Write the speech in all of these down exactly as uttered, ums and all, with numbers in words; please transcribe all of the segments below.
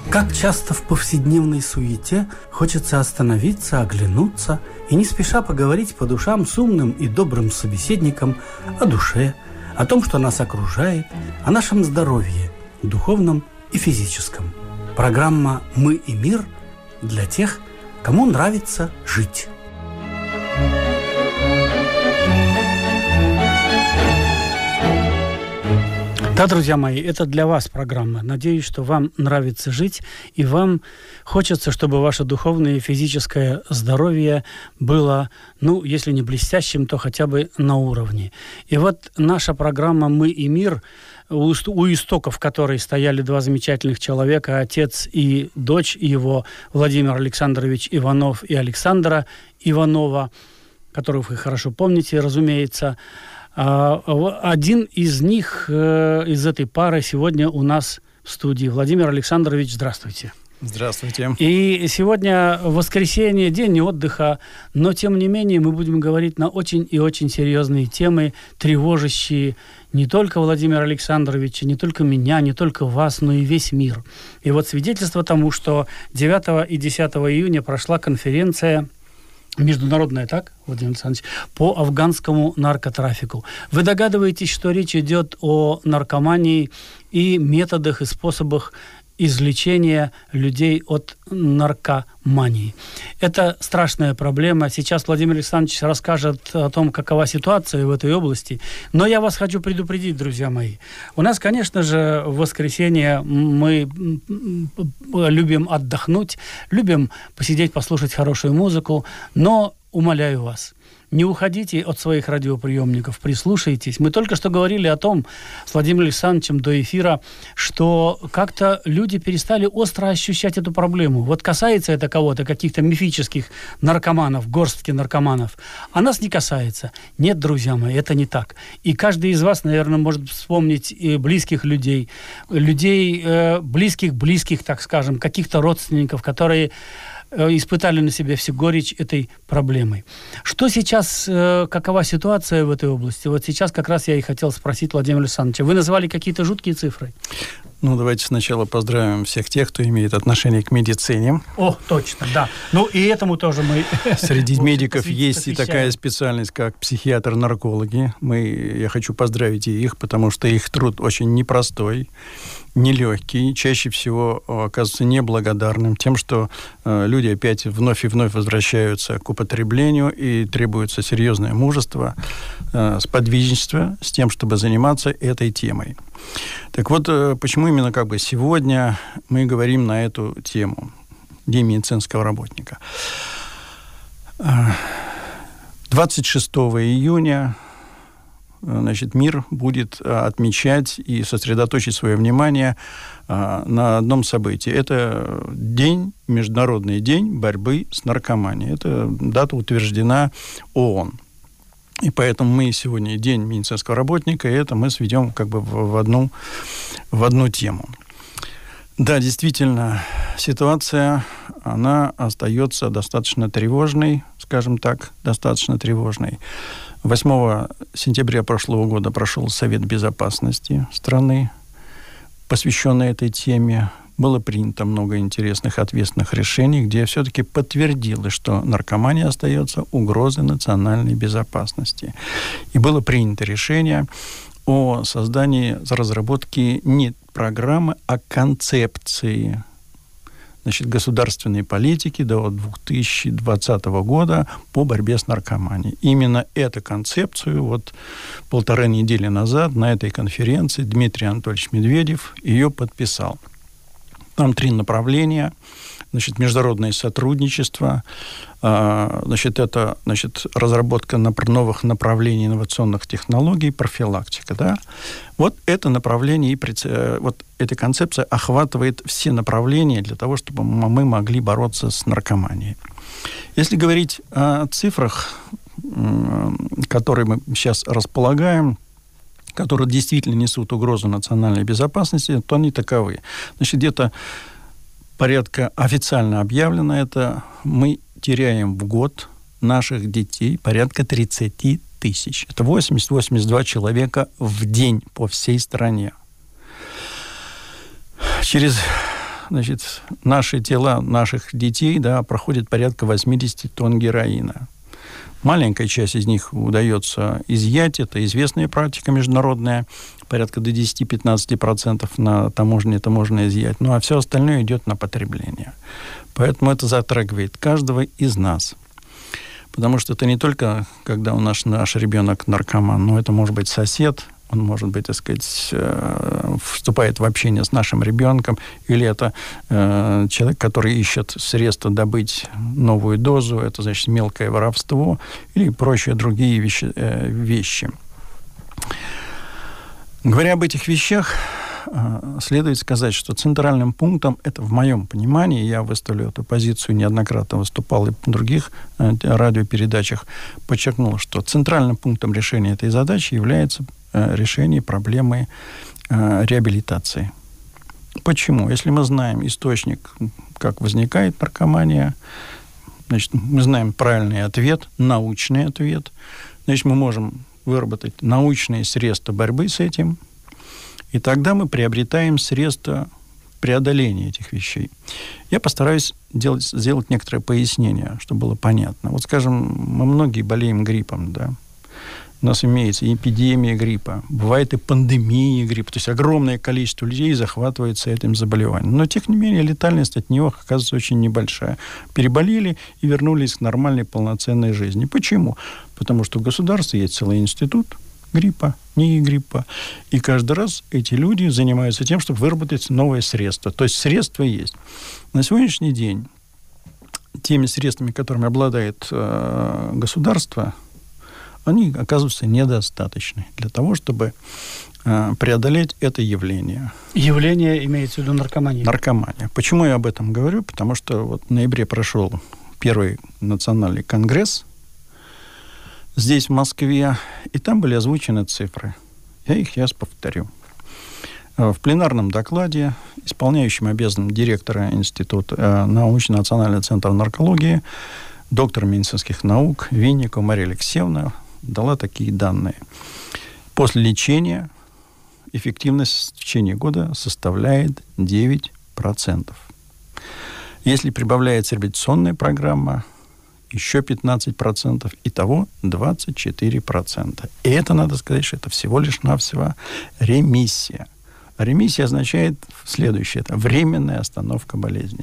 Как часто в повседневной суете хочется остановиться, оглянуться и не спеша поговорить по душам с умным и добрым собеседником о душе, о том, что нас окружает, о нашем здоровье, духовном и физическом. Программа «Мы и мир» для тех, кому нравится жить. Да, друзья мои, это для вас программа. Надеюсь, что вам нравится жить, и вам хочется, чтобы ваше духовное и физическое здоровье было, ну, если не блестящим, то хотя бы на уровне. И вот наша программа «Мы и мир», у истоков которой стояли два замечательных человека, отец и дочь его, Владимир Александрович Иванов и Александра Иванова, которых вы хорошо помните, разумеется. Один из них, из этой пары, сегодня у нас в студии. Владимир Александрович, здравствуйте. Здравствуйте. И сегодня воскресенье, день отдыха, но тем не менее мы будем говорить на очень и очень серьезные темы, тревожащие не только Владимира Александровича, не только меня, не только вас, но и весь мир. И вот свидетельство тому, что девятого и десятого июня прошла конференция международная, так, Владимир Александрович, по афганскому наркотрафику. Вы догадываетесь, что речь идет о наркомании и методах и способах излечения людей от наркомании. Это страшная проблема. Сейчас Владимир Александрович расскажет о том, какова ситуация в этой области. Но я вас хочу предупредить, друзья мои. У нас, конечно же, в воскресенье мы любим отдохнуть, любим посидеть, послушать хорошую музыку, но умоляю вас, не уходите от своих радиоприемников, прислушайтесь. Мы только что говорили о том с Владимиром Александровичем до эфира, что как-то люди перестали остро ощущать эту проблему. Вот касается это кого-то, каких-то мифических наркоманов, горстки наркоманов. А нас не касается. Нет, друзья мои, это не так. И каждый из вас, наверное, может вспомнить близких людей, людей э, близких-близких, так скажем, каких-то родственников, которые испытали на себе всю горечь этой проблемой. Что сейчас, э, какова ситуация в этой области? Вот сейчас как раз я и хотел спросить Владимира Александровича. Вы называли какие-то жуткие цифры? Ну, давайте сначала поздравим всех тех, кто имеет отношение к медицине. О, точно, да. Ну, и этому тоже мы... Среди медиков есть и такая специальность, как психиатр-наркологи. Мы, я хочу поздравить и их, потому что их труд очень непростой, нелегкий, чаще всего оказывается неблагодарным тем, что э, люди опять вновь и вновь возвращаются к употреблению, и требуется серьезное мужество, э, сподвижничество с тем, чтобы заниматься этой темой. Так вот, э, почему именно как бы сегодня мы говорим на эту тему, День медицинского работника. двадцать шестого июня Значит, мир будет отмечать и сосредоточить свое внимание на одном событии. Это день, Международный день борьбы с наркоманией. Эта дата утверждена ООН. И поэтому мы сегодня День медицинского работника, и это мы сведем как бы в одну, в одну тему. Да, действительно, ситуация, она остается достаточно тревожной, скажем так, достаточно тревожной. восьмого сентября прошлого года прошел Совет Безопасности страны, посвященный этой теме. Было принято много интересных ответственных решений, где все-таки подтвердилось, что наркомания остается угрозой национальной безопасности. И было принято решение о создании, разработке не программы, а концепции, значит, государственной политики до две тысячи двадцатого года по борьбе с наркоманией. Именно эту концепцию вот полторы недели назад на этой конференции Дмитрий Анатольевич Медведев ее подписал. Там три направления. Значит, международное сотрудничество, значит, это, значит, разработка новых направлений инновационных технологий, профилактика, да. Вот это направление, и вот эта концепция охватывает все направления для того, чтобы мы могли бороться с наркоманией. Если говорить о цифрах, которые мы сейчас располагаем, которые действительно несут угрозу национальной безопасности, то они таковы. Значит, где-то порядка официально объявлено это, мы теряем в год наших детей порядка тридцать тысяч. Это восемьдесят - восемьдесят два человека в день по всей стране. Через значит, наши тела наших детей, да, проходят порядка восемьдесят тонн героина. Маленькая часть из них удается изъять. Это известная практика международная. Порядка до десять-пятнадцать процентов на таможне это можно изъять. Ну, а все остальное идет на потребление. Поэтому это затрагивает каждого из нас. Потому что это не только, когда у нас наш ребенок наркоман, но это может быть сосед, он может быть, так сказать, вступает в общение с нашим ребенком, или это э, человек, который ищет средства добыть новую дозу, это, значит, мелкое воровство, или прочие другие вещи. Э, вещи. Говоря об этих вещах, э, следует сказать, что центральным пунктом, это в моем понимании, я выставлю эту позицию, неоднократно выступал и в других э, радиопередачах, подчеркнул, что центральным пунктом решения этой задачи является решение проблемы э, реабилитации. Почему? Если мы знаем источник, как возникает наркомания, значит, мы знаем правильный ответ, научный ответ, значит, мы можем выработать научные средства борьбы с этим, и тогда мы приобретаем средства преодоления этих вещей. Я постараюсь делать, сделать некоторое пояснение, чтобы было понятно. Вот, скажем, мы многие болеем гриппом, да. У нас имеется эпидемия гриппа, бывает и пандемия гриппа, то есть огромное количество людей захватывается этим заболеванием. Но, тем не менее, летальность от него оказывается очень небольшая. Переболели и вернулись к нормальной полноценной жизни. Почему? Потому что у государства есть целый институт гриппа, не гриппа, и каждый раз эти люди занимаются тем, чтобы выработать новые средства. То есть средства есть. На сегодняшний день теми средствами, которыми обладает э, государство, они оказываются недостаточны для того, чтобы э, преодолеть это явление. Явление имеется в виду наркомания. Наркомания. Почему я об этом говорю? Потому что вот в ноябре прошел первый национальный конгресс здесь, в Москве, и там были озвучены цифры. Я их сейчас повторю. В пленарном докладе исполняющим обязанностью директора Института э, научного национального центра наркологии, доктор медицинских наук Винникова Мария Алексеевна дала такие данные. После лечения эффективность в течение года составляет девять процентов. Если прибавляется реабилитационная программа, еще пятнадцать процентов, итого двадцать четыре процента. И это, надо сказать, что это всего лишь навсего ремиссия. А ремиссия означает следующее. Это временная остановка болезни.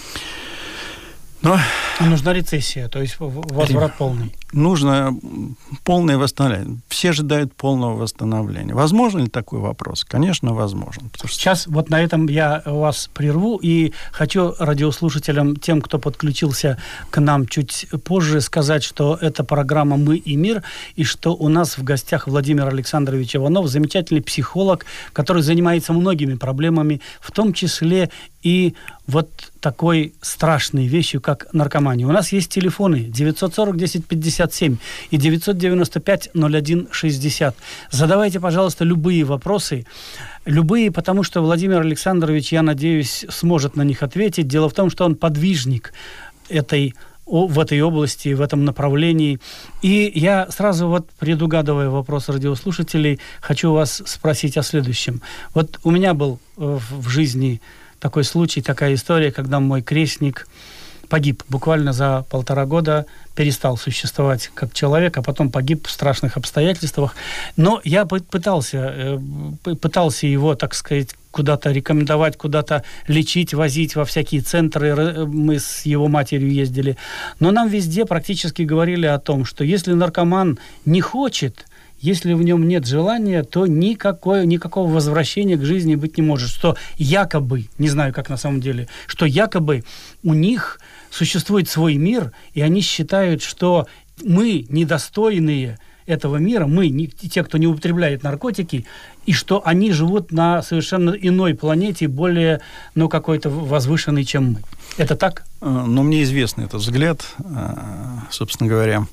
Но нужна рецессия, то есть возврат полный. Нужно полное восстановление. Все ожидают полного восстановления. Возможно ли такой вопрос? Конечно, возможно. Что... Сейчас вот на этом я вас прерву и хочу радиослушателям, тем, кто подключился к нам чуть позже, сказать, что это программа «Мы и мир», и что у нас в гостях Владимир Александрович Иванов, замечательный психолог, который занимается многими проблемами, в том числе и вот такой страшной вещью, как наркомания. У нас есть телефоны девятьсот сорок десять пятьдесят семь и девятьсот девяносто пять ноль один шестьдесят. Задавайте, пожалуйста, любые вопросы. Любые, потому что Владимир Александрович, я надеюсь, сможет на них ответить. Дело в том, что он подвижник этой в этой области, в этом направлении. И я сразу вот, предугадывая вопрос радиослушателей, хочу вас спросить о следующем. Вот у меня был в жизни такой случай, такая история, когда мой крестник погиб буквально за полтора года, перестал существовать как человек, а потом погиб в страшных обстоятельствах. Но я пытался, пытался его, так сказать, куда-то рекомендовать, куда-то лечить, возить во всякие центры. Мы с его матерью ездили. Но нам везде практически говорили о том, что если наркоман не хочет, если в нем нет желания, то никакое, никакого возвращения к жизни быть не может. Что якобы, не знаю, как на самом деле, что якобы у них существует свой мир, и они считают, что мы недостойные этого мира, мы, не, те, кто не употребляет наркотики, и что они живут на совершенно иной планете, более, ну, какой-то возвышенной, чем мы. Это так? Ну, мне известен этот взгляд, собственно говоря.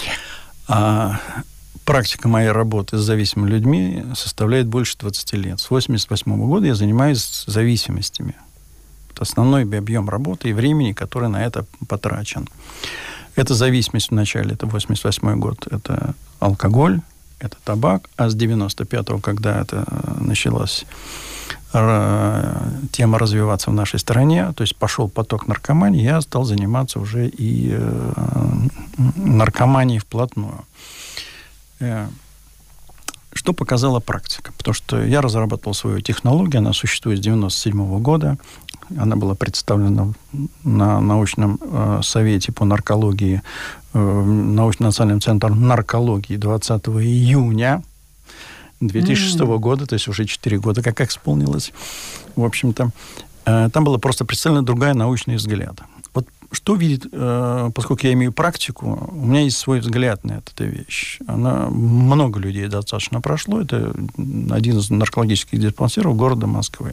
Практика моей работы с зависимыми людьми составляет больше двадцати лет. С восемьдесят восьмого года я занимаюсь зависимостями. Это основной объем работы и времени, который на это потрачен. Это зависимость вначале, это восемьдесят восьмой год, это алкоголь, это табак, а с девяносто пятого, когда это началось тема развиваться в нашей стране, то есть пошел поток наркомании, я стал заниматься уже и наркоманией вплотную. Что показала практика? Потому что я разрабатывал свою технологию, она существует с девяносто седьмого года, она была представлена на научном э, совете по наркологии, э, научно-национальным центром наркологии двадцатого июня две тысячи шестого mm-hmm. года, то есть уже четыре года, как исполнилось. В общем-то, э, там была просто представлена другая научный взгляд. Вот что видит, э, поскольку я имею практику, у меня есть свой взгляд на эту вещь. Она, много людей достаточно прошло. Это один из наркологических диспансеров города Москвы.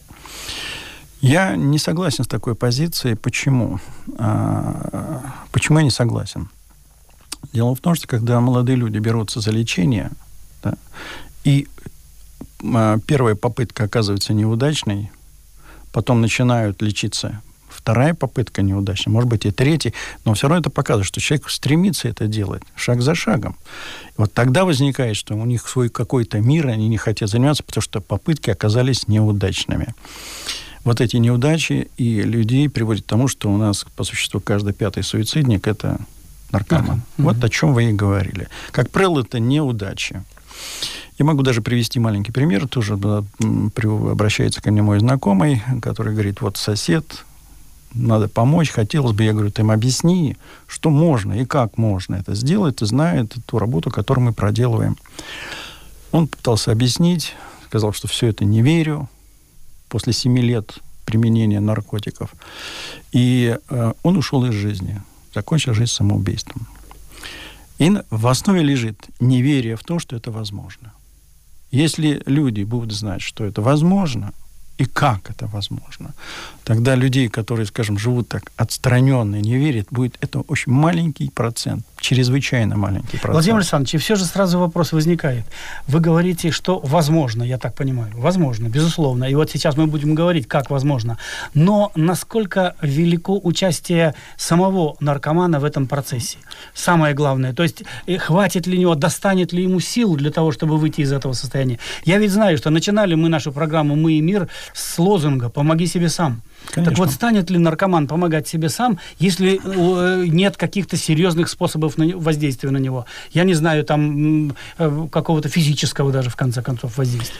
Я не согласен с такой позицией. Почему? А, почему я не согласен? Дело в том, что когда молодые люди берутся за лечение, да, и а, первая попытка оказывается неудачной, потом начинают лечиться, вторая попытка неудачная, может быть, и третья, но все равно это показывает, что человек стремится это делать шаг за шагом. И вот тогда возникает, что у них свой какой-то мир, они не хотят заниматься, потому что попытки оказались неудачными. Вот эти неудачи и людей приводят к тому, что у нас, по существу, каждый пятый суицидник – это наркоман. Uh-huh. Вот о чем вы и говорили. Как правило, это неудачи. Я могу даже привести маленький пример. Тоже да, обращается ко мне мой знакомый, который говорит, вот сосед, надо помочь, хотелось бы. Я говорю, ты им объясни, что можно и как можно это сделать. Ты знаешь ту работу, которую мы проделываем. Он пытался объяснить, сказал, что все это не верю. После семи лет применения наркотиков. И э, он ушел из жизни. Закончил жизнь самоубийством. И в основе лежит неверие в то, что это возможно. Если люди будут знать, что это возможно, и как это возможно, тогда людей, которые, скажем, живут так отстраненно и не верят, будет это очень маленький процент, чрезвычайно маленький процент. Владимир Александрович, и все же сразу вопрос возникает. Вы говорите, что возможно, я так понимаю, возможно, безусловно. И вот сейчас мы будем говорить, как возможно. Но насколько велико участие самого наркомана в этом процессе? Самое главное. То есть хватит ли него, достанет ли ему сил для того, чтобы выйти из этого состояния? Я ведь знаю, что начинали мы нашу программу «Мы и мир» с лозунга «Помоги себе сам». Конечно. Так вот, станет ли наркоман помогать себе сам, если э, нет каких-то серьезных способов на, воздействия на него? Я не знаю, там э, какого-то физического даже, в конце концов, воздействия.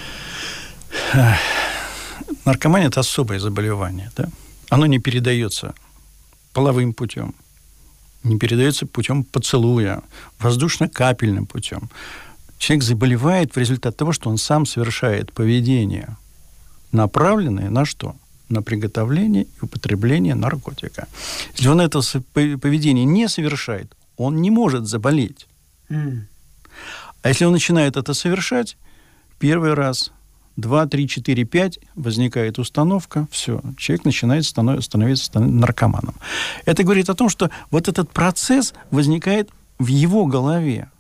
Наркомания – это особое заболевание. Да? Оно не передается половым путем, не передается путем поцелуя, воздушно-капельным путем. Человек заболевает в результате того, что он сам совершает поведение, направленное на что? На приготовление и употребление наркотика. Если он это поведение не совершает, он не может заболеть. Mm. А если он начинает это совершать, первый раз, два, три, четыре, пять, возникает установка, все, человек начинает станов- становиться наркоманом. Это говорит о том, что вот этот процесс возникает в его голове.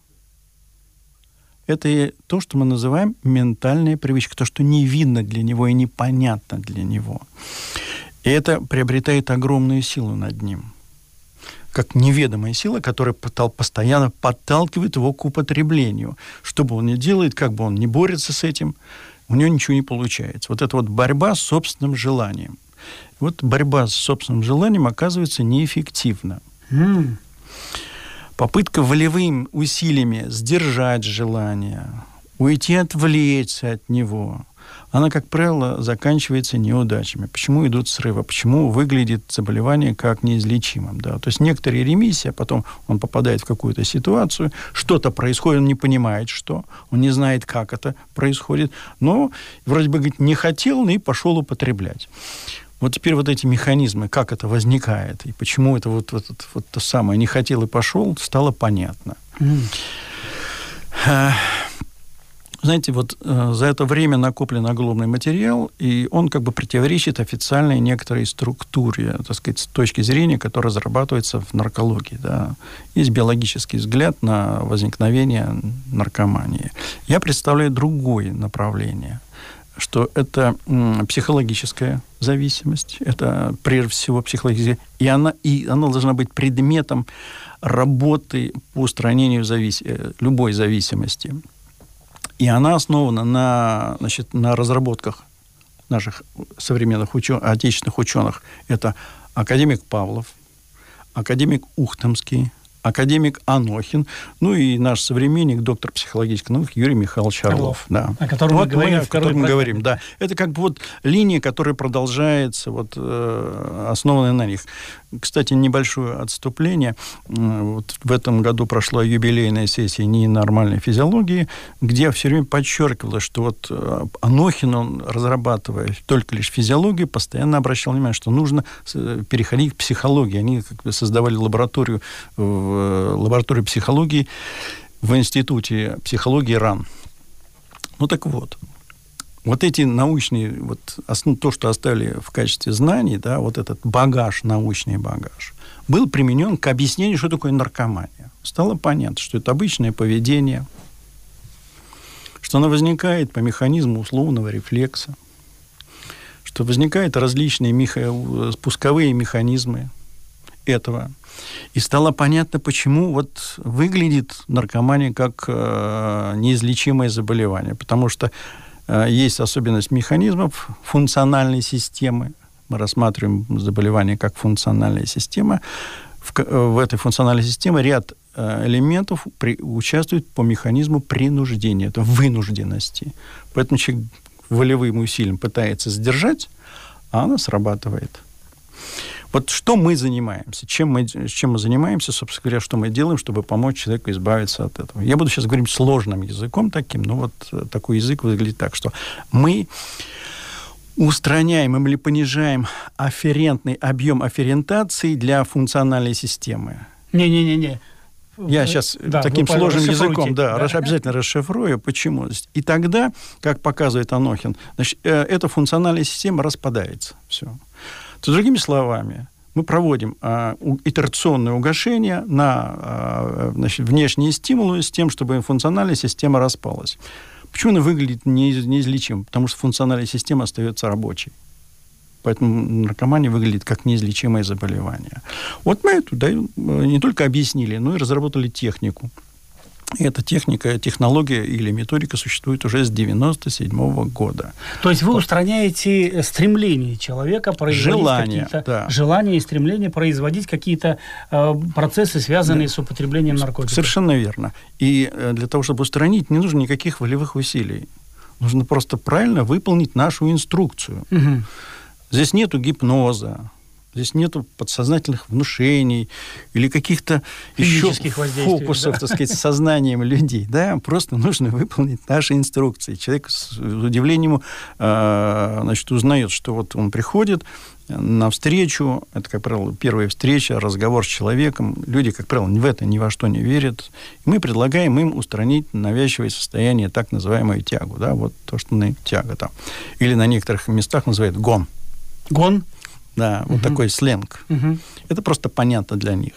Это то, что мы называем ментальная привычка, то, что не видно для него и непонятно для него. И это приобретает огромную силу над ним. Как неведомая сила, которая постоянно подталкивает его к употреблению. Что бы он ни делает, как бы он ни борется с этим, у него ничего не получается. Вот это вот борьба с собственным желанием. Вот борьба с собственным желанием оказывается неэффективна. Mm. Попытка волевым усилиями сдержать желание, уйти, отвлечься от него, она, как правило, заканчивается неудачами. Почему идут срывы? Почему выглядит заболевание как неизлечимым? Да? То есть некоторые ремиссии, а потом он попадает в какую-то ситуацию, что-то происходит, он не понимает, что, он не знает, как это происходит, но вроде бы говорит, не хотел, и пошел употреблять. Вот теперь вот эти механизмы, как это возникает, и почему это вот, вот, вот, вот то самое «не хотел и пошел», стало понятно. Mm. Знаете, вот э, за это время накоплен огромный материал, и он как бы противоречит официальной некоторой структуре, так сказать, с точки зрения, которая разрабатывается в наркологии. Да. Есть биологический взгляд на возникновение наркомании. Я представляю другое направление, что это м, психологическая зависимость, это прежде всего психологическая, и она, и она должна быть предметом работы по устранению завис... любой зависимости. И она основана на, значит, на разработках наших современных ученых, отечественных ученых, это академик Павлов, академик Ухтомский, академик Анохин, ну и наш современник, доктор психологических наук Юрий Михайлович Орлов. Да. О котором вот мы говорим. Мы, о котором мы говорим, да. Это как бы вот линия, которая продолжается, вот, э, основанная на них. Кстати, небольшое отступление. Вот в этом году прошла юбилейная сессия ненормальной физиологии, где все время подчеркивалось, что вот Анохин, он, разрабатывая только лишь физиологию, постоянно обращал внимание, что нужно переходить к психологии. Они как бы создавали лабораторию, лабораторию психологии в Институте психологии РАН. Ну так вот. Вот эти научные, вот, основ, то, что оставили в качестве знаний, да, вот этот багаж, научный багаж, был применен к объяснению, что такое наркомания. Стало понятно, что это обычное поведение, что оно возникает по механизму условного рефлекса, что возникают различные меха... спусковые механизмы этого. И стало понятно, почему вот выглядит наркомания как э, неизлечимое заболевание. Потому что есть особенность механизмов функциональной системы. Мы рассматриваем заболевание как функциональная система. В, в этой функциональной системе ряд элементов при, участвует по механизму принуждения, это вынужденности. Поэтому человек волевым усилием пытается сдержать, а она срабатывает. Вот что мы занимаемся? Чем мы, чем мы занимаемся, собственно говоря, что мы делаем, чтобы помочь человеку избавиться от этого? Я буду сейчас говорить сложным языком таким, но вот такой язык выглядит так, что мы устраняем или понижаем афферентный объем афферентации для функциональной системы. Не-не-не-не. Я сейчас да, таким сложным языком да, да. обязательно расшифрую. Почему? И тогда, как показывает Анохин, значит, эта функциональная система распадается. Все. То, другими словами, мы проводим а, у, итерационное угошение на а, значит, внешние стимулы с тем, чтобы функциональная система распалась. Почему она выглядит неиз, неизлечимой? Потому что функциональная система остается рабочей. Поэтому наркомания выглядит как неизлечимое заболевание. Вот мы это да, не только объяснили, но и разработали технику. И эта техника, технология или методика существует уже с девяносто седьмого года. То есть вы устраняете стремление человека производить желание, какие-то... Да. Желание и стремление производить какие-то э, процессы, связанные да. с употреблением наркотиков. Совершенно верно. И для того, чтобы устранить, не нужно никаких волевых усилий. Нужно просто правильно выполнить нашу инструкцию. Угу. Здесь нету гипноза. Здесь нету подсознательных внушений или каких-то еще фокусов, да? так сказать, с сознанием людей. Да? Просто нужно выполнить наши инструкции. Человек с удивлением э, значит, узнает, что вот он приходит на встречу, это, как правило, первая встреча, разговор с человеком. Люди, как правило, в это ни во что не верят. И мы предлагаем им устранить навязчивое состояние, так называемую тягу. Да? Вот то, что на тяга там. Или на некоторых местах называют гон. Гон? Да, вот uh-huh. такой сленг. Uh-huh. Это просто понятно для них.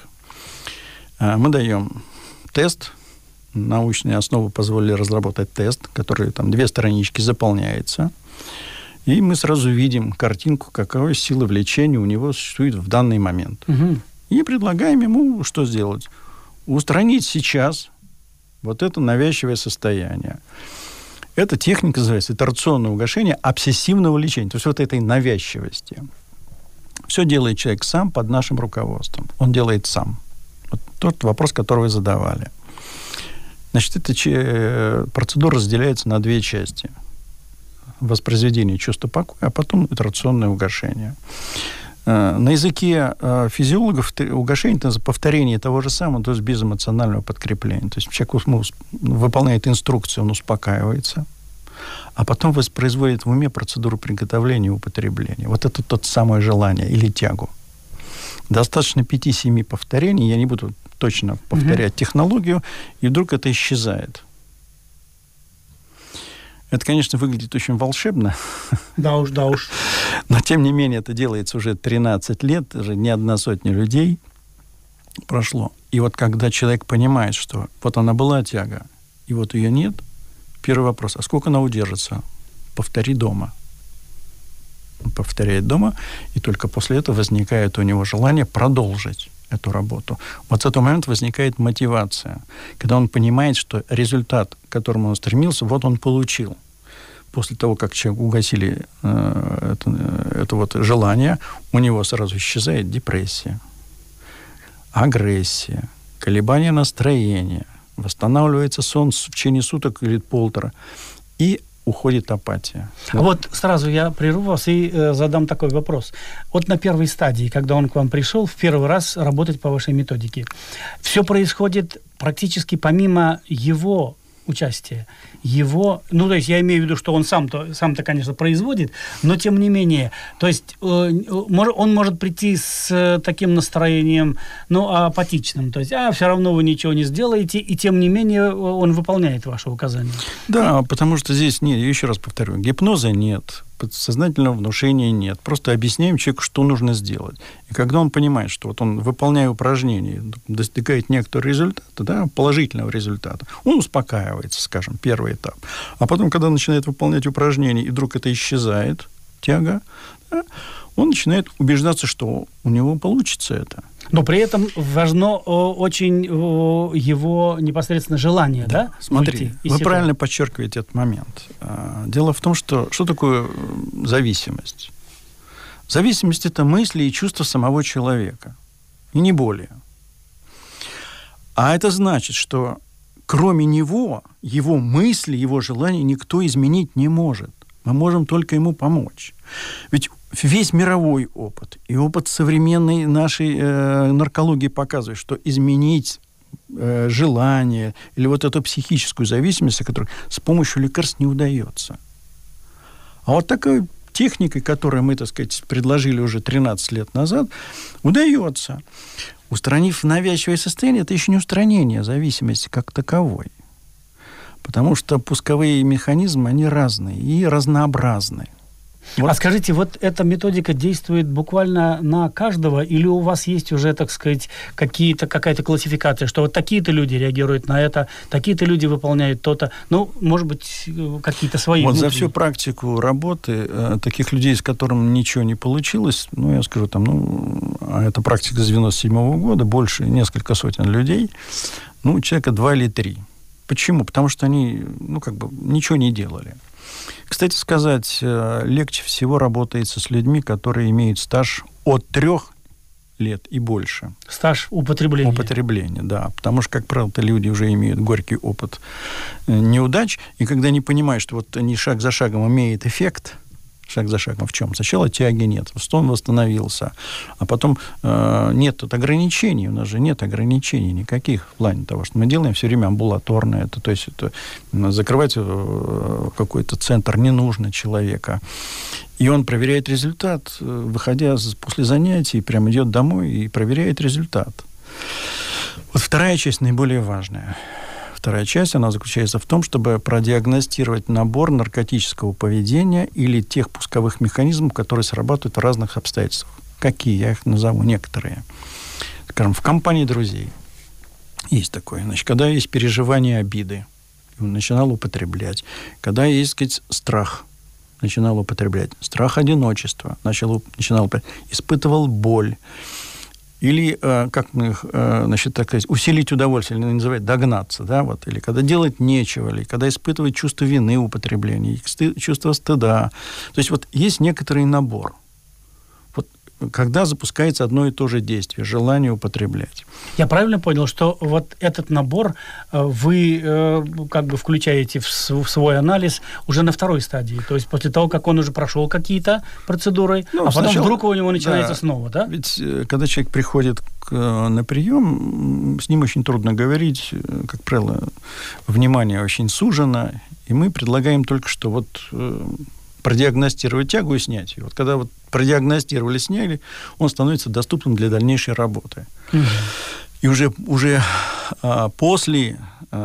Мы даем тест. Научные основы позволили разработать тест, который там две странички заполняется. И мы сразу видим картинку, какая сила влечения у него существует в данный момент. Uh-huh. И предлагаем ему что сделать? Устранить сейчас вот это навязчивое состояние. Эта техника называется итерационное угошение обсессивного лечения. То есть вот этой навязчивости. Все делает человек сам под нашим руководством. Он делает сам. Вот тот вопрос, который вы задавали. Значит, эта процедура разделяется на две части. Воспроизведение чувства покоя, а потом итерационное угошение. На языке физиологов угошение – это повторение того же самого, то есть без эмоционального подкрепления. То есть человек выполняет инструкцию, он успокаивается, а потом воспроизводит в уме процедуру приготовления и употребления. Вот это то самое желание или тягу. Достаточно пяти-семи повторений, я не буду точно повторять mm-hmm. технологию, и вдруг это исчезает. Это, конечно, выглядит очень волшебно. Да уж, да уж. Но, тем не менее, это делается уже тринадцать лет, уже не одна сотня людей прошло. И вот когда человек понимает, что вот она была тяга, и вот ее нет, первый вопрос, а сколько она удержится? Повтори дома. Он повторяет дома, и только после этого возникает у него желание продолжить эту работу. Вот с этого момента возникает мотивация, когда он понимает, что результат, к которому он стремился, вот он получил. после того, как человек угасили э, это, это вот желание, у него сразу исчезает депрессия, агрессия, колебания настроения, восстанавливается сон в течение суток или полтора, и уходит апатия. А вот. вот сразу я прерву вас и э, задам такой вопрос. Вот на первой стадии, когда он к вам пришел, в первый раз работать по вашей методике, все происходит практически помимо его участия, его, ну, то есть я имею в виду, что он сам-то, сам-то, конечно, производит, но тем не менее, то есть э, он может прийти с таким настроением, ну, апатичным, то есть, а, все равно вы ничего не сделаете, и тем не менее он выполняет ваши указания. Да, потому что здесь, нет, я еще раз повторю, гипноза нет, подсознательного внушения нет. Просто объясняем человеку, что нужно сделать. И когда он понимает, что вот он, выполняя упражнения, достигает некоторого результата, да, положительного результата, он успокаивается, скажем, первый этап. А потом, когда он начинает выполнять упражнения, и вдруг это исчезает, тяга, да, он начинает убеждаться, что у него получится это. Но при этом важно о, очень о, его непосредственно желание, да? да? Смотри, вы правильно подчеркиваете этот момент. Дело в том, что что такое зависимость? Зависимость – это мысли и чувства самого человека, и не более. А это значит, что кроме него, его мысли, его желания никто изменить не может. Мы можем только ему помочь. Ведь весь мировой опыт и опыт современной нашей э, наркологии показывает, что изменить э, желание или вот эту психическую зависимость, которую с помощью лекарств не удается. А вот такой техникой, которую мы, так сказать, предложили уже тринадцать лет назад, удается. Устранив навязчивое состояние, это еще не устранение зависимости как таковой. Потому что пусковые механизмы, они разные и разнообразные. Вот. А скажите, вот эта методика действует буквально на каждого, или у вас есть уже, так сказать, какие-то, какая-то классификация, что вот такие-то люди реагируют на это, такие-то люди выполняют то-то, ну, может быть, какие-то свои... Вот внутренние. За всю практику работы э, таких людей, с которыми ничего не получилось, ну, я скажу, там, ну, это практика с девяносто седьмого года, больше, несколько сотен людей, ну, человека два или три. Почему? Потому что они, ну, как бы, ничего не делали. Кстати сказать, легче всего работается с людьми, которые имеют стаж от трех лет и больше. Стаж употребления. Употребления, да. Потому что, как правило, люди уже имеют горький опыт неудач, и когда они понимают, что вот они шаг за шагом имеют эффект, шаг за шагом в чем? Сначала тяги нет, стон восстановился, а потом э, нет тут ограничений, у нас же нет ограничений никаких в плане того, что мы делаем все время амбулаторно, это, то есть это, закрывать э, какой-то центр не нужно человека. И он проверяет результат, выходя после занятий, прям идет домой и проверяет результат. Вот вторая часть наиболее важная. Вторая часть, она заключается в том, чтобы продиагностировать набор наркотического поведения или тех пусковых механизмов, которые срабатывают в разных обстоятельствах. Какие? Я их назову некоторые. Скажем, в компании друзей есть такое. Значит, когда есть переживание обиды, он начинал употреблять. Когда есть, так сказать, страх, начинал употреблять. Страх одиночества, начал, начинал употреблять. Испытывал боль. Или, э, как мы, э, значит, так сказать, усилить удовольствие, или называть догнаться, да, вот, или когда делать нечего, или когда испытывать чувство вины употребления, сты, чувство стыда. То есть вот есть некоторый набор. Вот когда запускается одно и то же действие, желание употреблять. Я правильно понял, что вот этот набор вы э, как бы включаете в, в свой анализ уже на второй стадии, то есть после того, как он уже прошел какие-то процедуры, ну, а потом сначала, вдруг у него начинается да, снова, да? Ведь когда человек приходит к, на прием, с ним очень трудно говорить, как правило, внимание очень сужено, и мы предлагаем только что вот... продиагностировать тягу и снять ее. Вот когда вот продиагностировали, сняли, он становится доступным для дальнейшей работы. Угу. И уже, уже а, после,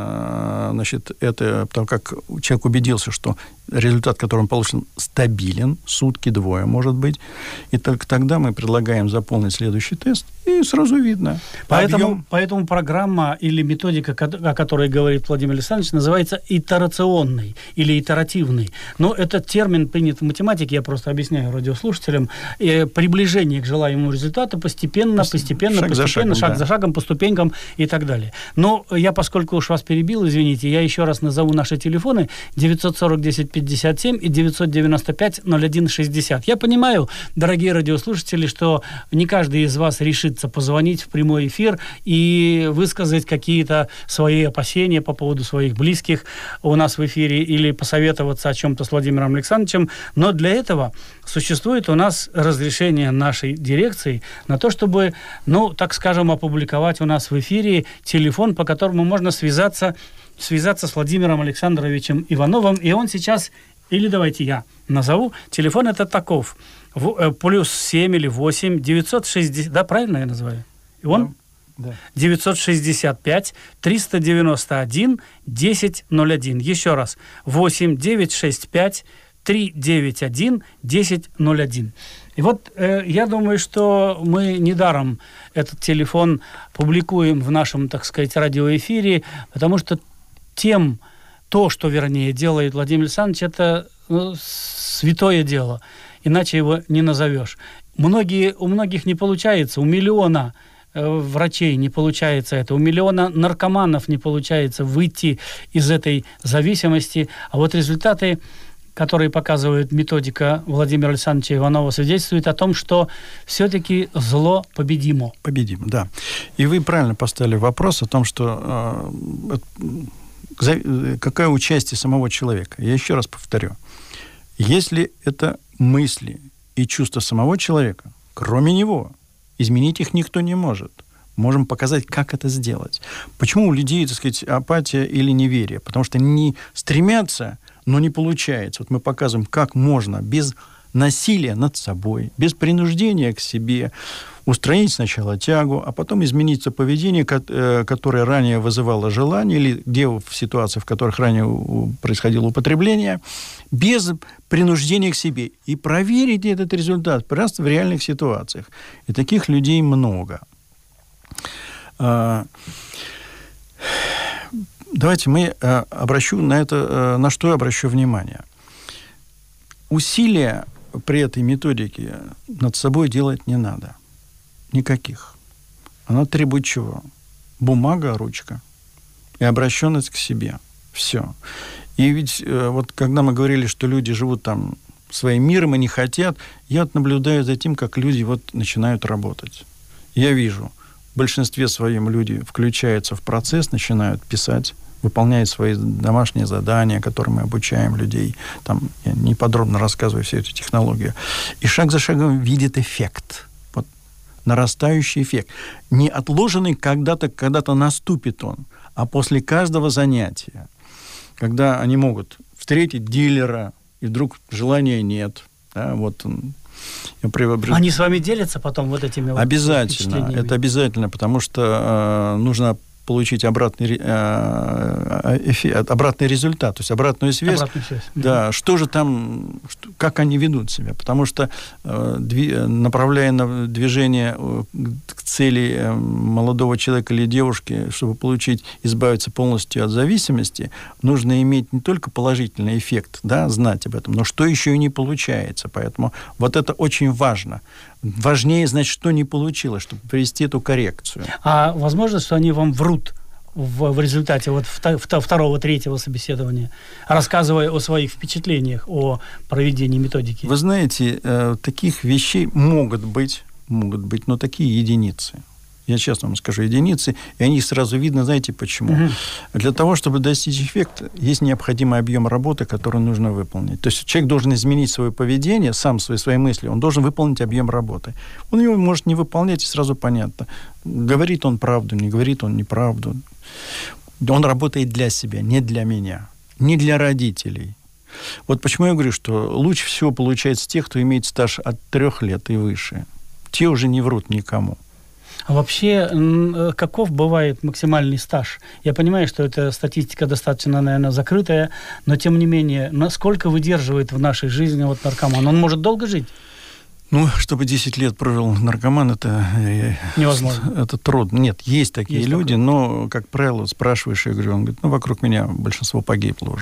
а, значит, это, потому как человек убедился, что результат, который он получил, стабилен, сутки, двое, может быть, и только тогда мы предлагаем заполнить следующий тест, и сразу видно. Поэтому, поэтому программа или методика, о которой говорит Владимир Александрович, называется итерационной или итеративной. Но этот термин принят в математике, я просто объясняю радиослушателям, приближение к желаемому результату постепенно, постепенно, шаг постепенно, за шагом, шаг да. за шагом, по ступенькам и так далее. Но я, поскольку уж вас перебил, извините, я еще раз назову наши телефоны: девятьсот сорок десять пятьдесят семь и девятьсот девяносто пять ноль один шестьдесят. Я понимаю, дорогие радиослушатели, что не каждый из вас решится позвонить в прямой эфир и высказать какие-то свои опасения по поводу своих близких у нас в эфире или посоветоваться о чем-то с Владимиром Александровичем, но для этого существует у нас разрешение нашей дирекции на то, чтобы, ну, так скажем, опубликовать у нас в эфире телефон, по которому можно связаться, связаться с Владимиром Александровичем Ивановым, и он сейчас, или давайте я назову, телефон это таков, в, плюс семь или восемь, девятьсот шестьдесят, да, правильно я называю? И он? Да. девятьсот шестьдесят пять триста девяносто один десять ноль один. Еще раз, восемь девятьсот шестьдесят пять триста девяносто один десять ноль один. И вот э, я думаю, что мы недаром этот телефон публикуем в нашем, так сказать, радиоэфире, потому что тем, то, что, вернее, делает Владимир Александрович, это ну, святое дело, иначе его не назовешь. Многие, у многих не получается, у миллиона э, врачей не получается это, у миллиона наркоманов не получается выйти из этой зависимости, а вот результаты, которые показывает методика Владимира Александровича Иванова, свидетельствует о том, что все-таки зло победимо. Победимо, да. И вы правильно поставили вопрос о том, что э, какое участие самого человека. Я еще раз повторю. Если это мысли и чувства самого человека, кроме него, изменить их никто не может. Можем показать, как это сделать. Почему у людей, так сказать, апатия или неверие? Потому что они стремятся, но не получается. Вот мы показываем, как можно без насилия над собой, без принуждения к себе устранить сначала тягу, а потом изменить то поведение, которое ранее вызывало желание, или где в ситуациях, в которых ранее происходило употребление, без принуждения к себе. И проверить этот результат просто в реальных ситуациях. И таких людей много. Давайте мы обращу на это, на что я обращу внимание. Усилия при этой методике над собой делать не надо. Никаких. Она требует чего? Бумага, ручка и обращенность к себе. Все. И ведь вот когда мы говорили, что люди живут там своим миром и не хотят, я вот наблюдаю за тем, как люди вот начинают работать. Я вижу, в большинстве своем люди включаются в процесс, начинают писать, выполняют свои домашние задания, которым мы обучаем людей. Там, я не подробно рассказываю всю эту технологию. И шаг за шагом видит эффект. Вот, нарастающий эффект. Не отложенный когда-то, когда-то наступит он, а после каждого занятия. Когда они могут встретить дилера, и вдруг желания нет. Да, вот он. Приобрет... Они с вами делятся потом вот этими вот обязательно, это обязательно, потому что э, нужно получить обратный, э, эфи, обратный результат, то есть обратную связь. Обратную связь. Да, mm-hmm. что же там, что, как они ведут себя, потому что э, дви, направляя на движение к цели э, молодого человека или девушки, чтобы получить, избавиться полностью от зависимости, нужно иметь не только положительный эффект, да, знать об этом, но что еще и не получается, поэтому вот это очень важно. Важнее знать, что не получилось, чтобы провести эту коррекцию. А возможно, что они вам врут в, в результате вот второго, третьего собеседования, рассказывая о своих впечатлениях о проведении методики? Вы знаете, э, таких вещей могут быть, могут быть, но такие единицы. Я честно вам скажу, единицы, и они сразу видно, знаете, почему? Угу. Для того, чтобы достичь эффекта, есть необходимый объем работы, который нужно выполнить. То есть человек должен изменить свое поведение, сам свои, свои мысли, он должен выполнить объем работы. Он его может не выполнять, и сразу понятно. Говорит он правду, не говорит он неправду. Он работает для себя, не для меня, не для родителей. Вот почему я говорю, что лучше всего получается тех, кто имеет стаж от трех лет и выше. Те уже не врут никому. А вообще, каков бывает максимальный стаж? Я понимаю, что эта статистика достаточно, наверное, закрытая, но, тем не менее, насколько выдерживает в нашей жизни вот наркоман? Он может долго жить? Ну, чтобы десять лет прожил наркоман, это... Невозможно. Это трудно. Нет, есть такие есть люди, такое. Но, как правило, спрашиваешь, я говорю, он говорит, ну, вокруг меня большинство погибло уже.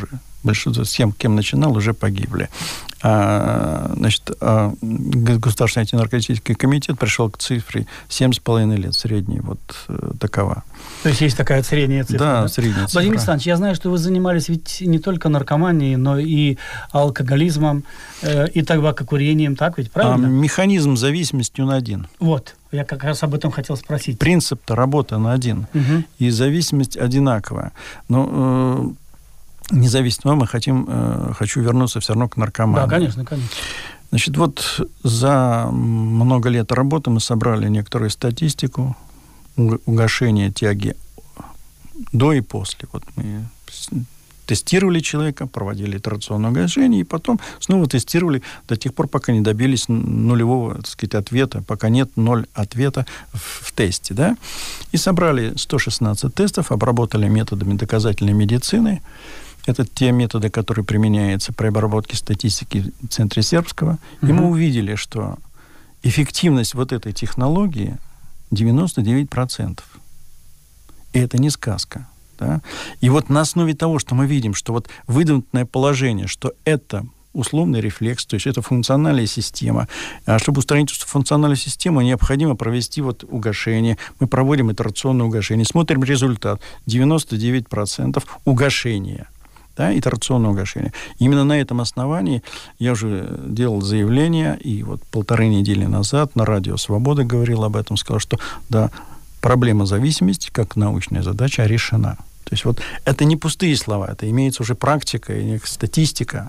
большинство с тем, кем начинал, уже погибли. А, значит, а Государственный антинаркотический комитет пришел к цифре семь с половиной лет, средний, вот э, такова. То есть есть такая средняя цифра? Да, да? средняя цифра. Владимир Александрович, я знаю, что вы занимались ведь не только наркоманией, но и алкоголизмом, э, и табакокурением, так ведь, правильно? А механизм зависимости он один. Вот, я как раз об этом хотел спросить. Принцип-то работы он один, угу. И зависимость одинаковая. Но э, независимо мы хотим, э, хочу вернуться все равно к наркомании. Да, конечно, конечно. Значит, вот за много лет работы мы собрали некоторую статистику угошения тяги до и после. Вот мы тестировали человека, проводили итерационное угошение, и потом снова тестировали до тех пор, пока не добились нулевого, так сказать, ответа, пока нет ноль ответа в, в тесте, да. И собрали сто шестнадцать тестов, обработали методами доказательной медицины. Это те методы, которые применяются при обработке статистики в Центре Сербского. Mm-hmm. И мы увидели, что эффективность вот этой технологии девяносто девять процентов. И это не сказка. Да? И вот на основе того, что мы видим, что вот выдвинутое положение, что это условный рефлекс, то есть это функциональная система. А чтобы устранить эту функциональную систему, необходимо провести вот угошение. Мы проводим итерационное угошение, смотрим результат. девяносто девять процентов угошения. Да, итерационное угошение. Именно на этом основании я уже делал заявление, и вот полторы недели назад на радио «Свобода» говорил об этом, сказал, что да, проблема зависимости, как научная задача, решена. То есть вот это не пустые слова, это имеется уже практика и статистика.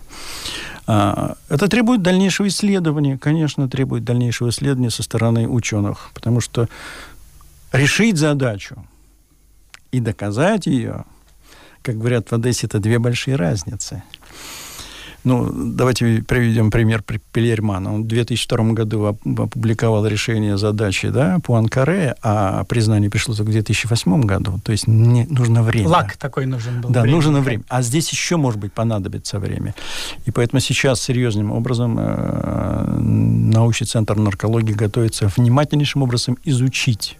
Это требует дальнейшего исследования, конечно, требует дальнейшего исследования со стороны ученых, потому что решить задачу и доказать ее, как говорят в Одессе, это две большие разницы. Ну, давайте приведем пример Пелермана. Он в две тысячи втором году опубликовал решение задачи, да, по Анкаре, а признание пришло только в две тысячи восьмом году. То есть не, нужно время. Лак такой нужен был. Да, время. нужно время. А здесь еще, может быть, понадобится время. И поэтому сейчас серьезным образом э, научный центр наркологии готовится внимательнейшим образом изучить.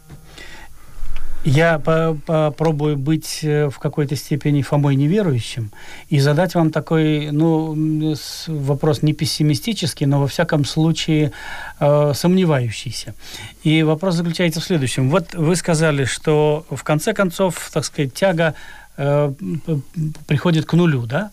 Я по- попробую быть в какой-то степени Фомой неверующим и задать вам такой, ну, вопрос не пессимистический, но во всяком случае э, сомневающийся. И вопрос заключается в следующем. Вот вы сказали, что в конце концов, так сказать, тяга э, приходит к нулю, да?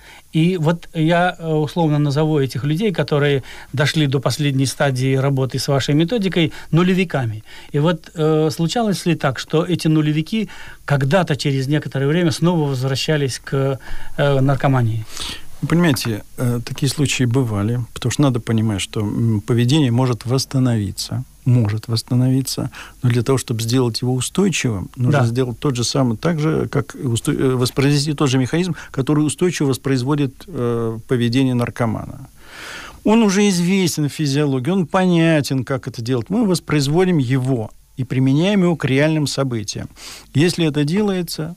И вот я условно назову этих людей, которые дошли до последней стадии работы с вашей методикой, нулевиками. И вот э, случалось ли так, что эти нулевики когда-то через некоторое время снова возвращались к э, наркомании? Вы понимаете, э, такие случаи бывали, потому что надо понимать, что поведение может восстановиться, может восстановиться, но для того, чтобы сделать его устойчивым, нужно да. сделать тот же самый, так же, как усто... воспроизвести тот же механизм, который устойчиво воспроизводит э, поведение наркомана. Он уже известен в физиологии, он понятен, как это делать. Мы воспроизводим его и применяем его к реальным событиям. Если это делается,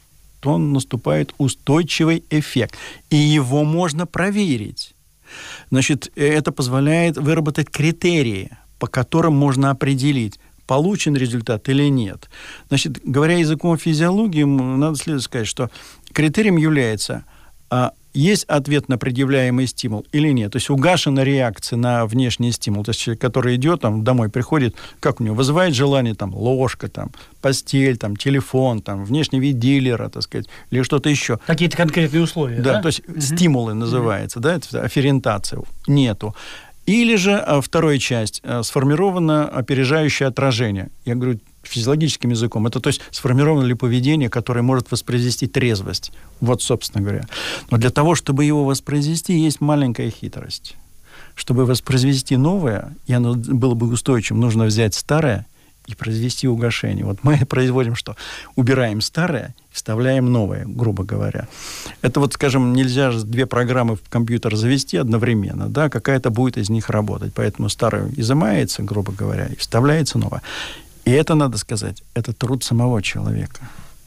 то наступает устойчивый эффект, и его можно проверить. Значит, это позволяет выработать критерии, по которым можно определить, получен результат или нет. Значит, говоря языком физиологии, надо следует сказать, что критерием является, а, есть ответ на предъявляемый стимул или нет. То есть угашена реакция на внешний стимул. То есть человек, который идет, там, домой приходит, как у него, вызывает желание, там, ложка, там, постель, там, телефон, там, внешний вид дилера, так сказать, или что-то еще. Какие-то конкретные условия, да? Да, то есть угу. стимулы называется, угу. да, это афферентация. Нету. Или же, вторая часть, сформировано опережающее отражение. Я говорю физиологическим языком. Это, то есть, сформировано ли поведение, которое может воспроизвести трезвость. Вот, собственно говоря. Но для того, чтобы его воспроизвести, есть маленькая хитрость. Чтобы воспроизвести новое, и оно было бы устойчивым, нужно взять старое и произвести угошение. Вот мы производим что? Убираем старое, вставляем новое, грубо говоря. Это вот, скажем, нельзя же две программы в компьютер завести одновременно, да, какая-то будет из них работать. Поэтому старое изымается, грубо говоря, и вставляется новое. И это, надо сказать, это труд самого человека.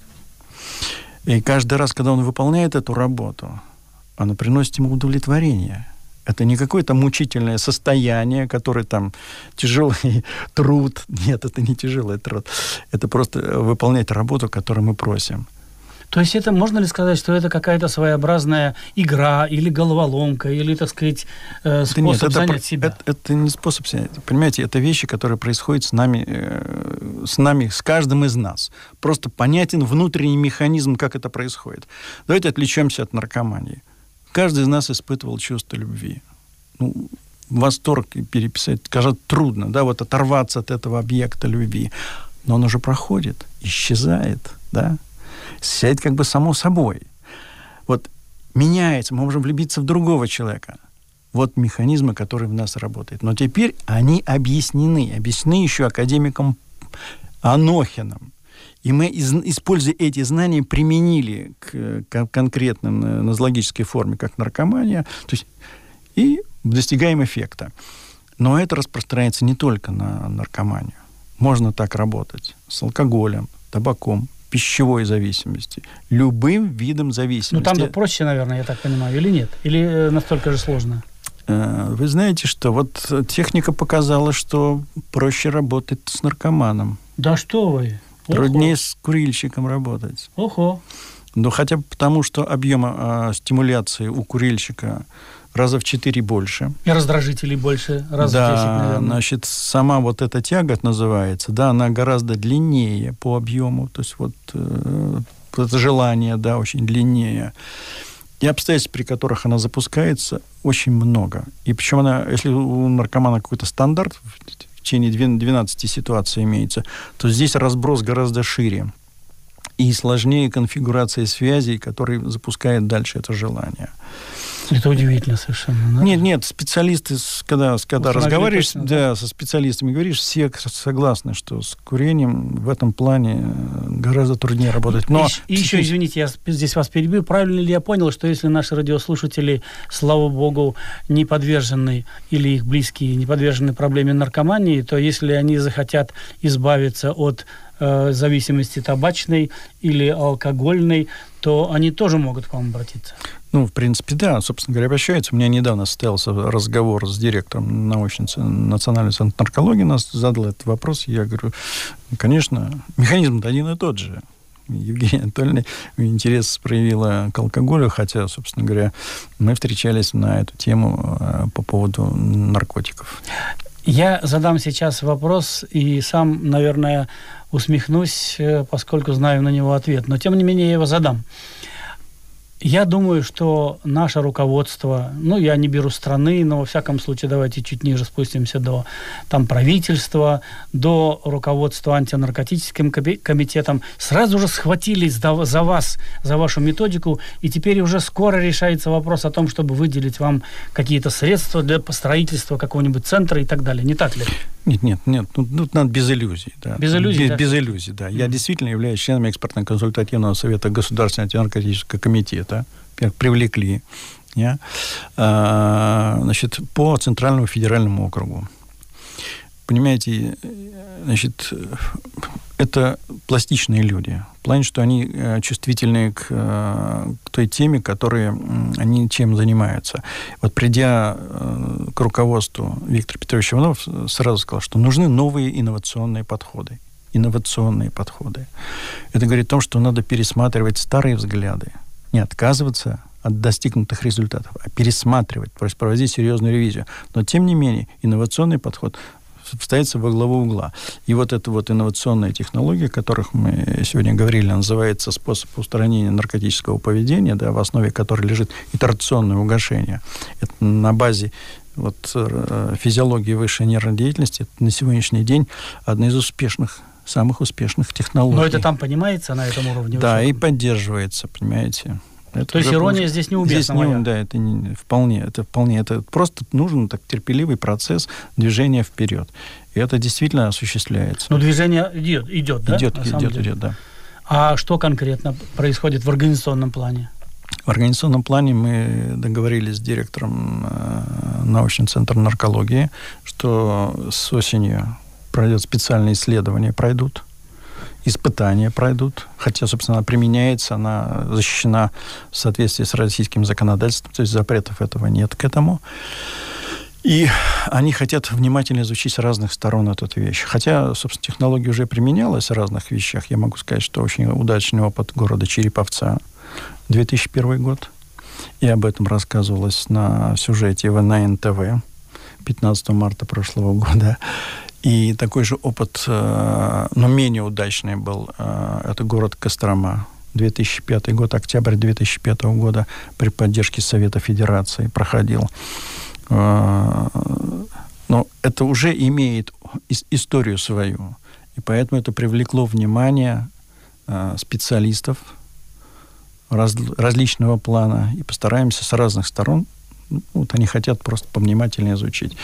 И каждый раз, когда он выполняет эту работу, оно приносит ему удовлетворение. Это не какое-то мучительное состояние, которое там тяжелый труд. Нет, это не тяжелый труд. Это просто выполнять работу, которую мы просим. То есть это, можно ли сказать, что это какая-то своеобразная игра или головоломка, или, так сказать, способ нет, это, занять себя? Это, это не способ занять. Понимаете, это вещи, которые происходят с нами, с нами, с каждым из нас. Просто понятен внутренний механизм, как это происходит. Давайте отвлечемся от наркомании. Каждый из нас испытывал чувство любви. Ну, восторг переписать, кажется, трудно, да, вот оторваться от этого объекта любви. Но он уже проходит, исчезает, да, сядет как бы само собой. Вот меняется, мы можем влюбиться в другого человека. Вот механизмы, которые в нас работают. Но теперь они объяснены, объяснены еще академиком Анохиным. И мы, используя эти знания, применили к, к конкретным нозологической форме, как наркомания, то есть, и достигаем эффекта. Но это распространяется не только на наркоманию. Можно так работать с алкоголем, табаком, пищевой зависимости, любым видом зависимости. Ну, там-то проще, наверное, я так понимаю, или нет? Или настолько же сложно? Вы знаете, что вот техника показала, что проще работать с наркоманом. Да что вы? Труднее с курильщиком работать. Ого. Ну, хотя бы потому, что объем э, стимуляции у курильщика раза в четыре больше. И раздражителей больше, раз да, в десять, наверное. Значит, сама вот эта тяга называется, да, она гораздо длиннее по объему. То есть вот э, это желание, да, очень длиннее. И обстоятельств, при которых она запускается, очень много. И причем она, если у наркомана какой-то стандарт в течение двенадцати ситуаций имеется, то здесь разброс гораздо шире. И сложнее конфигурация связей, которые запускает дальше это желание. Это удивительно совершенно. Да? Нет, нет, специалисты, когда, когда разговариваешь точно, да, да, со специалистами, говоришь, все согласны, что с курением в этом плане гораздо труднее работать. Но... И, и еще, извините, я здесь вас перебью. Правильно ли я понял, что если наши радиослушатели, слава богу, не подвержены, или их близкие не подвержены проблеме наркомании, то если они захотят избавиться от э, зависимости табачной или алкогольной, то они тоже могут к вам обратиться? Ну, в принципе, да, собственно говоря, обращаются. У меня недавно состоялся разговор с директором научного национального центра наркологии, нас задал этот вопрос. Я говорю, конечно, механизм-то один и тот же. Евгения Анатольевна интерес проявила к алкоголю, хотя, собственно говоря, мы встречались на эту тему по поводу наркотиков. Я задам сейчас вопрос и сам, наверное, усмехнусь, поскольку знаю на него ответ. Но, тем не менее, я его задам. Я думаю, что наше руководство, ну, я не беру страны, но, во всяком случае, давайте чуть ниже спустимся до там, правительства, до руководства антинаркотическим комитетом, сразу же схватились за вас, за вашу методику, и теперь уже скоро решается вопрос о том, чтобы выделить вам какие-то средства для строительства какого-нибудь центра и так далее. Не так ли? Нет, нет, нет. Тут, тут надо без иллюзий. Да. Без иллюзий, без, да? Без иллюзий, да. Mm-hmm. Я действительно являюсь членом экспертно-консультативного совета Государственного антинаркотического комитета. Привлекли. Я, а, значит, по Центральному федеральному округу. Понимаете, значит, это пластичные люди. В плане, что они чувствительны к, к той теме, которой они чем занимаются. Вот придя к руководству Виктор Петрович Иванов, сразу сказал, что нужны новые инновационные подходы. Инновационные подходы. Это говорит о том, что надо пересматривать старые взгляды, не отказываться от достигнутых результатов, а пересматривать, то есть проводить серьезную ревизию. Но, тем не менее, инновационный подход ставится во главу угла. И вот эта вот инновационная технология, о которых мы сегодня говорили, называется способ устранения наркотического поведения, да, в основе которой лежит итерационное угошение. Это на базе вот, физиологии высшей нервной деятельности. Это на сегодняшний день одна из успешных, самых успешных технологий. Но это там понимается на этом уровне? Да, высоком? И поддерживается, понимаете. Это То есть ирония просто... здесь неуместна? Здесь не, да, это не, вполне, это вполне, это просто нужен так терпеливый процесс движения вперед. И это действительно осуществляется. Но движение идет, идет, да? Идет, идет, идет, да. А что конкретно происходит в организационном плане? В организационном плане мы договорились с директором э, научного центра наркологии, что с осенью пройдет специальные исследования, пройдут. Испытания пройдут, хотя, собственно, она применяется, она защищена в соответствии с российским законодательством, то есть запретов этого нет к этому. И они хотят внимательно изучить с разных сторон эту вещь. Хотя, собственно, технология уже применялась в разных вещах. Я могу сказать, что очень удачный опыт города Череповца, две тысячи первый год. И об этом рассказывалось на сюжете на эн тэ вэ пятнадцатого марта прошлого года. И такой же опыт, но менее удачный был, это город Кострома. две тысячи пятый год, октябрь две тысячи пятого года при поддержке Совета Федерации проходил. Но это уже имеет историю свою. И поэтому это привлекло внимание специалистов раз, различного плана. И постараемся с разных сторон, вот они хотят просто повнимательнее изучить,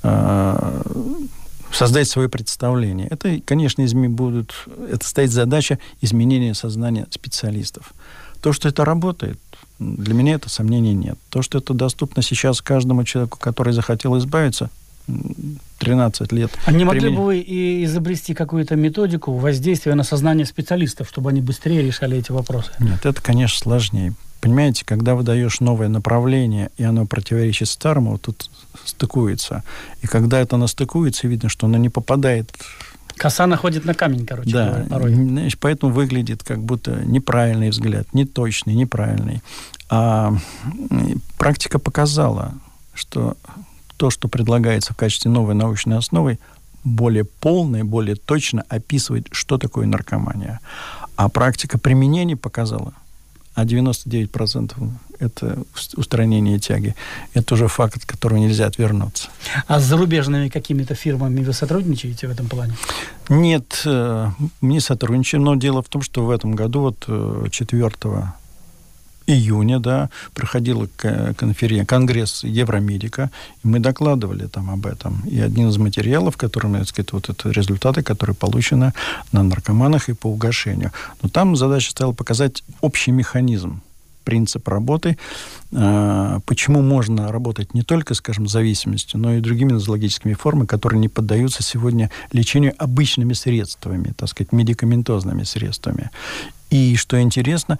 создать свое представление. Это, конечно, изме- будут, это стоит задача изменения сознания специалистов. То, что это работает, для меня это сомнений нет. То, что это доступно сейчас каждому человеку, который захотел избавиться, тринадцать лет. А не могли примен... бы вы и изобрести какую-то методику воздействия на сознание специалистов, чтобы они быстрее решали эти вопросы? Нет, это, конечно, сложнее. Понимаете, когда выдаешь новое направление, и оно противоречит старому, вот тут стыкуется. И когда это настыкуется, видно, что оно не попадает... Коса находит на камень, короче да, говоря, порой. Знаешь, поэтому выглядит как будто неправильный взгляд, неточный, неправильный. А практика показала, что то, что предлагается в качестве новой научной основы, более полно и более точно описывает, что такое наркомания. А практика применения показала, а девяносто девять процентов это устранение тяги. Это уже факт, от которого нельзя отвернуться. А с зарубежными какими-то фирмами вы сотрудничаете в этом плане? Нет, мы не сотрудничаем, но дело в том, что в этом году, вот четвёртого июня, да, проходила конференция, конгресс Евромедика, и мы докладывали там об этом. И один из материалов, который, так сказать, вот это результаты, которые получены на наркоманах и по угошению. Но там задача стояла показать общий механизм, принцип работы, почему можно работать не только, скажем, зависимостью, но и другими нозологическими формами, которые не поддаются сегодня лечению обычными средствами, так сказать, медикаментозными средствами. И, что интересно,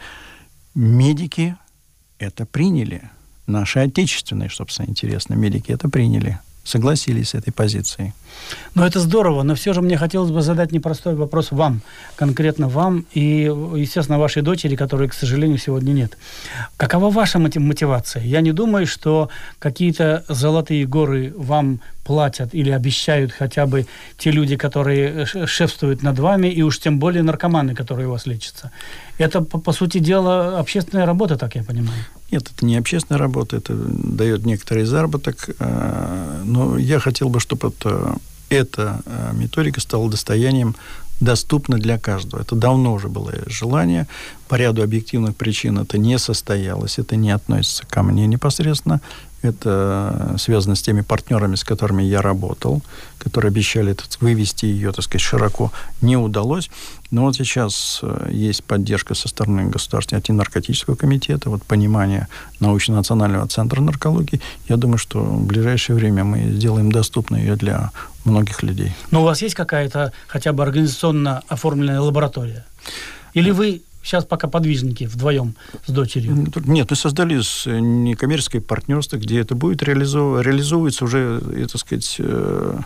медики это приняли. Наши отечественные, собственно, интересно, медики это приняли. Согласились с этой позицией. Ну, это здорово, но все же мне хотелось бы задать непростой вопрос вам, конкретно вам и, естественно, вашей дочери, которой, к сожалению, сегодня нет. Какова ваша мотивация? Я не думаю, что какие-то золотые горы вам платят или обещают хотя бы те люди, которые шефствуют над вами, и уж тем более наркоманы, которые у вас лечатся. Это, по, по сути дела, общественная работа, так я понимаю. Нет, это не общественная работа, это дает некоторый заработок. Но я хотел бы, чтобы это, эта методика стала достоянием, доступна для каждого. Это давно уже было желание. По ряду объективных причин это не состоялось. Это не относится ко мне непосредственно. Это связано с теми партнерами, с которыми я работал, которые обещали так, вывести ее, так сказать, широко. Не удалось. Но вот сейчас есть поддержка со стороны Государственного антинаркотического комитета, вот понимание научно-национального центра наркологии. Я думаю, что в ближайшее время мы сделаем доступной ее для многих людей. Но у вас есть какая-то хотя бы организационно оформленная лаборатория? Или вы сейчас пока подвижники вдвоем с дочерью? Нет, мы создали некоммерческое партнерство, где это будет реализов... реализовываться уже, так сказать... Э...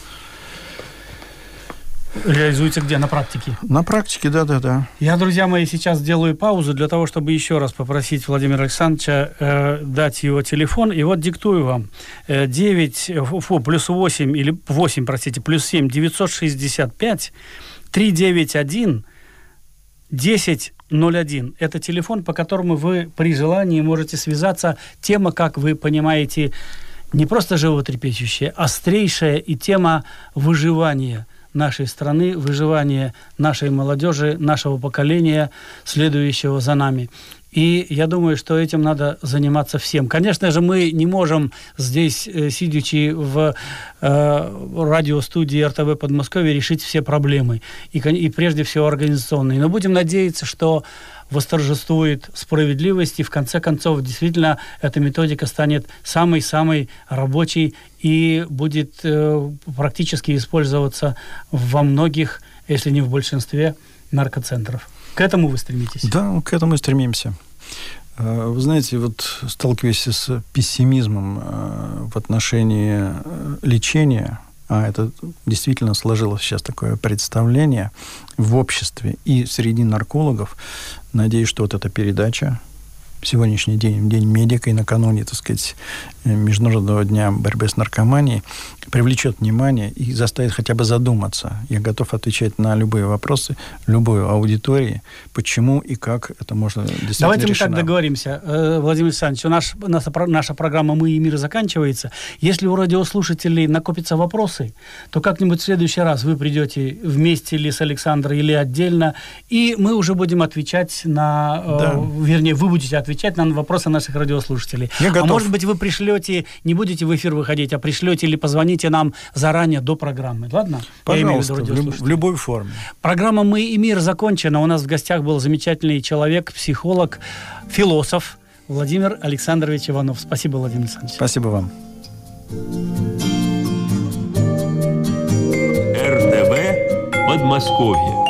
Реализуется где? На практике? На практике, да-да-да. Я, друзья мои, сейчас делаю паузу для того, чтобы еще раз попросить Владимира Александровича э, дать его телефон. И вот диктую вам. девять, фу, плюс восемь, или восемь, простите, плюс семь, девятьсот шестьдесят пять, триста девяносто один, десять ноль один. Это телефон, по которому вы при желании можете связаться. Тема, как вы понимаете, не просто животрепещущая, острейшая, и тема выживания нашей страны, выживания нашей молодежи, нашего поколения, следующего за нами. И я думаю, что этим надо заниматься всем. Конечно же, мы не можем здесь, сидячи в э, радиостудии эр тэ вэ Подмосковье, решить все проблемы. И, и прежде всего организационные. Но будем надеяться, что восторжествует справедливость, и в конце концов действительно эта методика станет самой-самой рабочей и будет э, практически использоваться во многих, если не в большинстве, наркоцентров. К этому вы стремитесь? Да, к этому и стремимся. Вы знаете, вот сталкиваясь с пессимизмом в отношении лечения, а это действительно сложилось сейчас такое представление в обществе и среди наркологов, надеюсь, что вот эта передача, сегодняшний день, День медика, и накануне, так сказать, Международного дня борьбы с наркоманией, привлечет внимание и заставит хотя бы задуматься. Я готов отвечать на любые вопросы, любой аудитории, почему и как это можно действительно Давайте решено. мы так договоримся. Владимир Александрович, наш, наша, наша программа «Мы и мир» заканчивается. Если у радиослушателей накопятся вопросы, то как-нибудь в следующий раз вы придете вместе или с Александром, или отдельно, и мы уже будем отвечать на... Да. Вернее, вы будете отвечать на вопросы наших радиослушателей. Я готов. А может быть, вы пришлете, не будете в эфир выходить, а пришлете или позвоните нам заранее до программы. Ладно? Пожалуйста, в, люб, в любой форме. Программа «Мы и мир» закончена. У нас в гостях был замечательный человек, психолог, философ Владимир Александрович Иванов. Спасибо, Владимир Александрович. Спасибо вам. эр тэ вэ Подмосковье.